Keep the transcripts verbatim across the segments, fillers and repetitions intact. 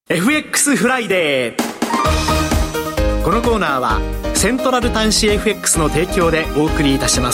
エフエックス フライデー。このコーナーはセントラル端子 エフエックス の提供でお送りいたします。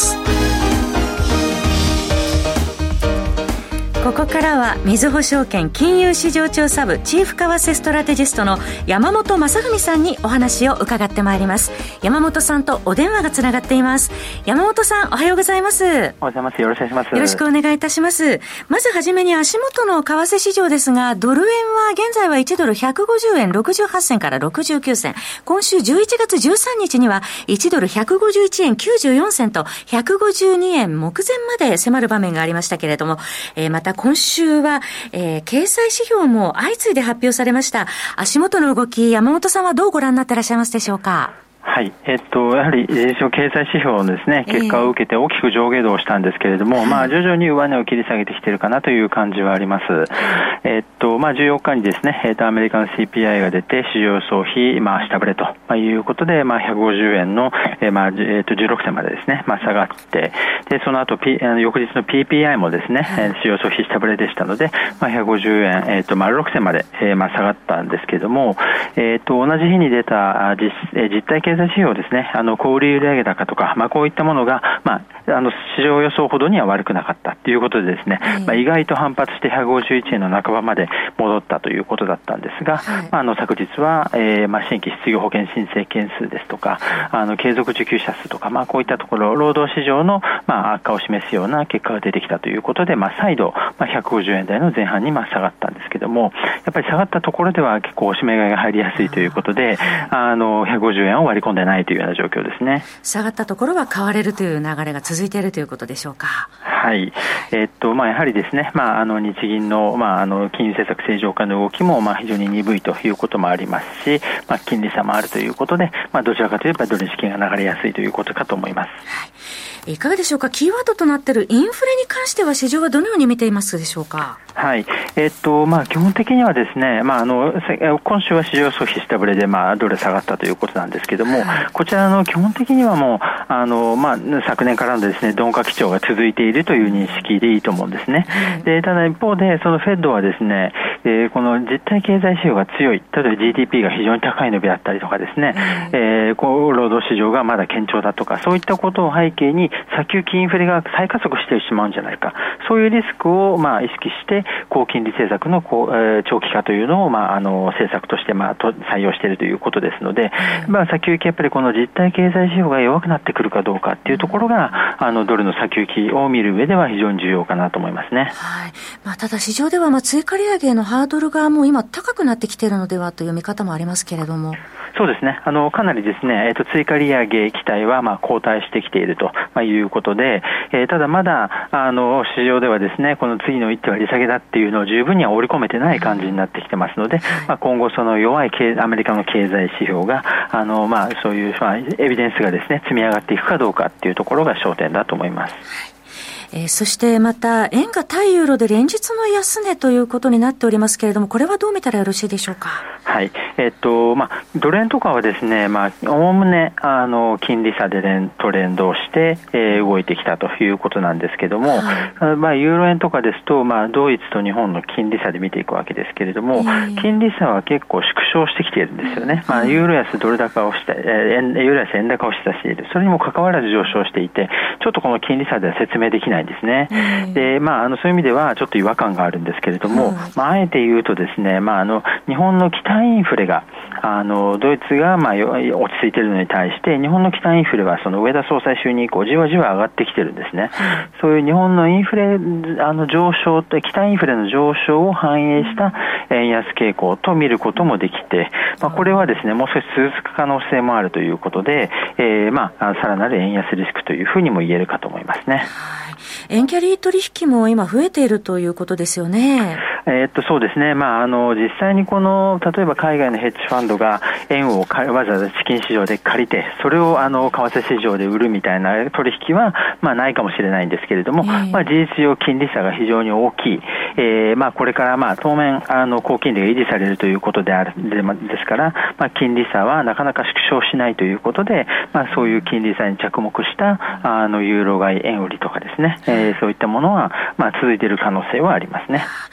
ここからはみずほ証券金融市場調査部チーフ為替ストラテジストの山本正文さんにお話を伺ってまいります。山本さんとお電話がつながっています。山本さん、おはようございます。 おはようございます。よろしくお願いします。 よろしくお願いいたします。まずはじめに足元の為替市場ですが、ドル円は現在はいちドルひゃくごじゅうえんろくじゅうはち銭からろくじゅうきゅう銭、今週じゅういちがつじゅうさんにちにはいちドルひゃくごじゅういちえんきゅうじゅうよん銭とひゃくごじゅうにえん目前まで迫る場面がありましたけれども、えー、また今週は、えー、経済指標も相次いで発表されました。足元の動き、山本さんはどうご覧になっていらっしゃいますでしょうか。 はい、えっと、やはり、経済指標のですね、結果を受けて大きく上下動したんですけれども、えー、まあ、徐々に上値を切り下げてきているかなという感じはあります。えっと、まあ、じゅうよっかにですね、えっと、アメリカの シーピーアイ が出て、市場予想比、まあ、下振れということで、まあ、ひゃくごじゅうえんの、えー、まあ、えっと、じゅうろく銭までですね、まあ、下がって、で、その後、P、あの翌日の ピーピーアイ もですね、はい、市場予想比下振れでしたので、まあ、ひゃくごじゅうえん、えっと、まあ、ろく銭まで、えー、まあ、下がったんですけれども、えっと、同じ日に出た実、実体経済指標ですね、あの小売売上高とか、まあ、こういったものが、まあ、あの市場予想ほどには悪くなかったということでですね、はい、まあ、意外と反発してひゃくごじゅういちえんの半ばまで戻ったということだったんですが、はい、まあ、あの昨日は、えーまあ、新規失業保険申請件数ですとか、あの継続受給者数とか、まあ、こういったところ労働市場の、まあ、悪化を示すような結果が出てきたということで、まあ、再度、まあ、ひゃくごじゅうえん台の前半にまあ下がったんですけども、やっぱり下がったところでは結構押し目買いが入りやすいということで、あのひゃくごじゅうえんを割り込んでないというような状況ですね。 下がったところは買われるという流れが続いているということでしょうか。 はい、えーっとまあ、やはりですね、まあ、あの日銀の、まあ、あの金融政策正常化の動きも、まあ、非常に鈍いということもありますし、まあ、金利差もあるということで、まあ、どちらかといえばドル資金が流れやすいということかと思います。 はい、いかがでしょうか。キーワードとなっているインフレに関しては市場はどのように見ていますでしょうか。 はい、えーっとまあ、基本的にはですね、まあ、あの今週は市場予想比下振れで、まあ、ドル下がったということなんですけれども、はい、こちらの基本的にはもうあの、まあ、昨年からのですね鈍化基調が続いているという認識でいいと思うんですね。でただ一方でそのフェッドはですね、えー、この実体経済指標が強い、例えば ジーディーピー が非常に高い伸びだったりとかですね、えー、こう労働市場がまだ堅調だとか、そういったことを背景に先行きインフレが再加速してしまうんじゃないか、そういうリスクをまあ意識して高金利政策のこう、えー、長期化というのを、まあ、あの政策として、まあ、と採用しているということですので、まあ、先行きやっぱりこの実体経済指標が弱くなってくるかどうかっていうところが、あのドルの先行きを見る上では非常に重要かなと思いますね。はい、 まあ、ただ市場ではまあ追加利上げのハードルがもう今高くなってきているのではという見方もありますけれども。 そうですね、あのかなりですね、えー、と追加利上げ期待はまあ後退してきているということで、えー、ただまだあの市場ではですね、この次の一手は利下げだっていうのを十分には織り込めてない感じになってきてますので、まあ、今後その弱いアメリカの経済指標があの、まあ、そういう、まあ、エビデンスがですね積み上がっていくかどうかっていうところが焦点だと思います。 えー、そしてまた円が対ユーロで連日の安値ということになっておりますけれども、これはどう見たらよろしいでしょうか。 はい、えっとまあ、ドル円とかはですね、まあ、おおむねあの金利差で連トレンドをして、えー、動いてきたということなんですけども、はい、まあ、ユーロ円とかですと、まあ、ドイツと日本の金利差で見ていくわけですけれども、えー、金利差は結構縮小してきているんですよね。まあ、ユーロ安ドル高をした、えー、ユーロ安円高をしたしている、それにもかかわらず上昇していて、ちょっとこの金利差では説明できないんですね。で、まあ、あのそういう意味ではちょっと違和感があるんですけれども、まあ、あえて言うとですね、まあ、あの日本の期待インフレがあのドイツがまあ落ち着いているのに対して日本の期待インフレはその上田総裁就任以降じわじわ上がってきてるんですね。そういう日本のインフレあの上昇と期待インフレの上昇を反映した円安傾向と見ることもできて、まあ、これはですねもう少し続く可能性もあるということで、えー、まあさらなる円安リスクというふうにも言えるかと思いますね。 円キャリー取引も今増えているということですよね。 えー、っとそうですね、まあ、あの実際にこの例えば海外のヘッジファンドが円をわざわざ資金市場で借りてそれをあの為替市場で売るみたいな取引は、まあ、ないかもしれないんですけれども、えーまあ、事実上金利差が非常に大きい、えーまあ、これからまあ当面あの高金利が維持されるということであるですから、まあ、金利差はなかなか縮小しないということで、まあ、そういう金利差に着目したあのユーロ買い円売りとかですね、えー、そういったものは、まあ、続いている可能性はありますね。 その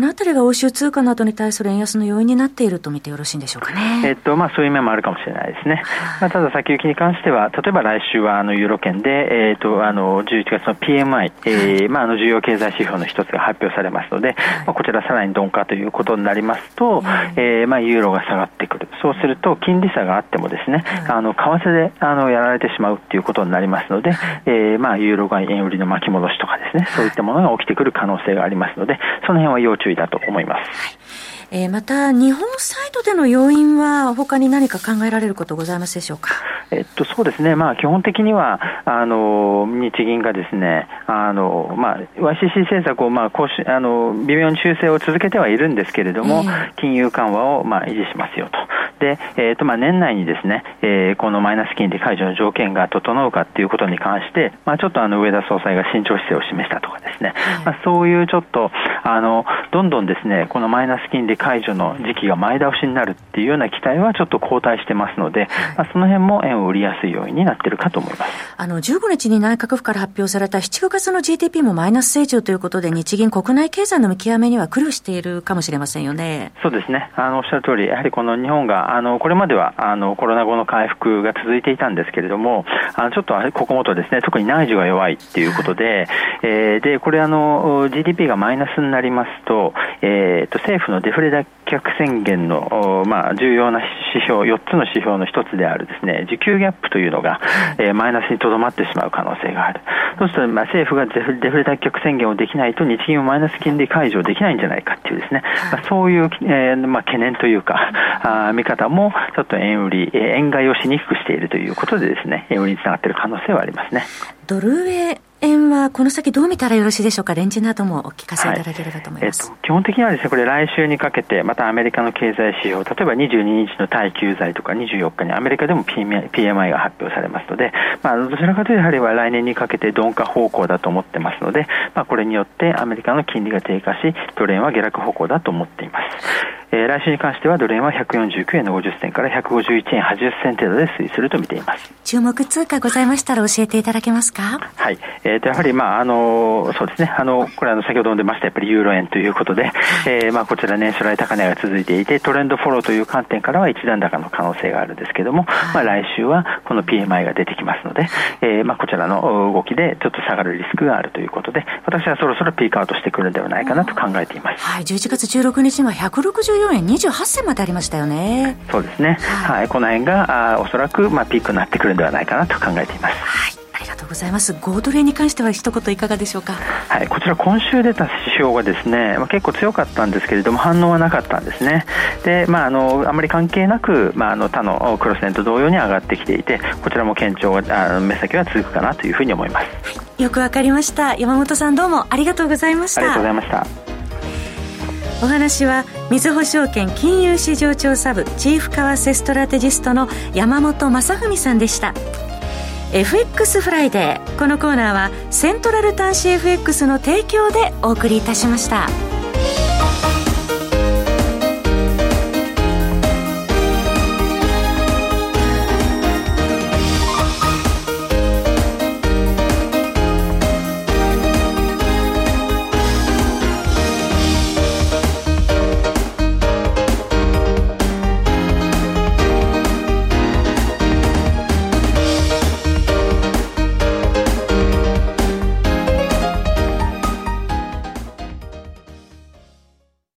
のあたりが欧州通貨などに対する円安の要因になっていると見てよろしいんでしょうかね。 えっとまあ、そういう面もあるかもしれないですね。まあ、ただ先行きに関しては、例えば来週はあのユーロ圏で、えー、とあのじゅういちがつの ピーエムアイ、えーまあ、あの重要経済指標の一つが発表されますので、まあ、こちらさらに鈍化ということになりますと、えーまあ、ユーロが下がってくる。そうすると金利差があってもですね、あの為替であのやられてしまうということになりますので、えーまあ、ユーロ買い円売りの巻き戻しとかですね、そういったものが起きてくる可能性がありますので、その辺は要注意だと思います。 えー、また日本サイドでの要因は他に何か考えられることございますでしょうか。 えっと、そうですね、まあ、基本的にはあの日銀がですね、あの、まあ、ワイシーシー 政策を、まあ、こうしあの微妙に修正を続けてはいるんですけれども、えー、金融緩和を、まあ、維持しますよと。で、えーとまあ、年内にですね、えー、このマイナス金利解除の条件が整うかということに関して、まあ、ちょっとあの上田総裁が慎重姿勢を示したとかですね、はい、まあ、そういうちょっとあのどんどんですね、このマイナス金利解除の時期が前倒しになるっていうような期待はちょっと後退してますので、はい、まあ、その辺も円を売りやすい要因になっているかと思います。 あのじゅうごにちに内閣府から発表されたしちがつの ジーディーピー もマイナス成長ということで、日銀国内経済の見極めには苦慮しているかもしれませんよね。 そうですね、あのおっしゃる通り、やはりこの日本があのこれまではあのコロナ後の回復が続いていたんですけれども、あのちょっとここもとですね、特に内需が弱いっていうことで、えー、でこれあの ジーディーピー がマイナスになりますと、えー、と政府のデフレ脱却宣言の、まあ、重要な指標、よっつの指標の一つであるですね、需給ギャップというのが、えー、マイナスにとどまってしまう可能性がある。そうすると、まあ、政府がデフ、デフレ脱却宣言をできないと日銀もマイナス金利解除できないんじゃないかっていうですね、まあ、そういう、えーまあ、懸念というかあ見方もちょっと円売り、えー、円買いをしにくくしているということでですね、円売りにつながっている可能性はありますね。 ドル円円はこの先どう見たらよろしいでしょうか。レンジなどもお聞かせいただければと思います。 はい、えっと、基本的にはですね、これ来週にかけてまたアメリカの経済指標、例えばにじゅうににちの耐久財とかにじゅうよっかにアメリカでも ピーエムアイ が発表されますので、まあ、どちらかというとやはりは来年にかけて鈍化方向だと思ってますので、まあ、これによってアメリカの金利が低下し、ドル円は下落方向だと思っています。えー、来週に関してはドル円はひゃくよんじゅうきゅうえんのごじゅっせんからひゃくごじゅういちえんはちじゅっせん程度で推移すると見ています。 注目通貨ございましたら教えていただけますか。 はい、えー、とやはり、まあ、あのそうですね、あのこれあの先ほども出ましたやっぱりユーロ円ということで、えーまあ、こちら年初来高値が続いていて、トレンドフォローという観点からは一段高の可能性があるんですけれども、まあ、来週はこの ピーエムアイ が出てきますので、えーまあ、こちらの動きでちょっと下がるリスクがあるということで、私はそろそろピークアウトしてくるのではないかなと考えています。 はい、じゅういちがつじゅうろくにちにはひゃくろくじゅうよんえんにじゅうはっせんまでありましたよね。 そうですね、はいはい、この辺があおそらく、まあ、ピークになってくるのではないかなと考えています。 はい、ありがとうございます。ゴードル円に関しては一言いかがでしょうか。 はい、こちら今週出た指標がですね、まあ、結構強かったんですけれども反応はなかったんですね。で、まあ、あのあまり関係なく、まあ、あの他のクロス円と同様に上がってきていて、こちらも堅調があの目先は続くかなというふうに思います。 はい、よくわかりました。山本さんどうもありがとうございました。 ありがとうございました。 お話はみずほ証券金融市場調査部チーフ為替ストラテジストの山本正文さんでした。 エフエックス フライデー、このコーナーはセントラル端子 エフエックス の提供でお送りいたしました。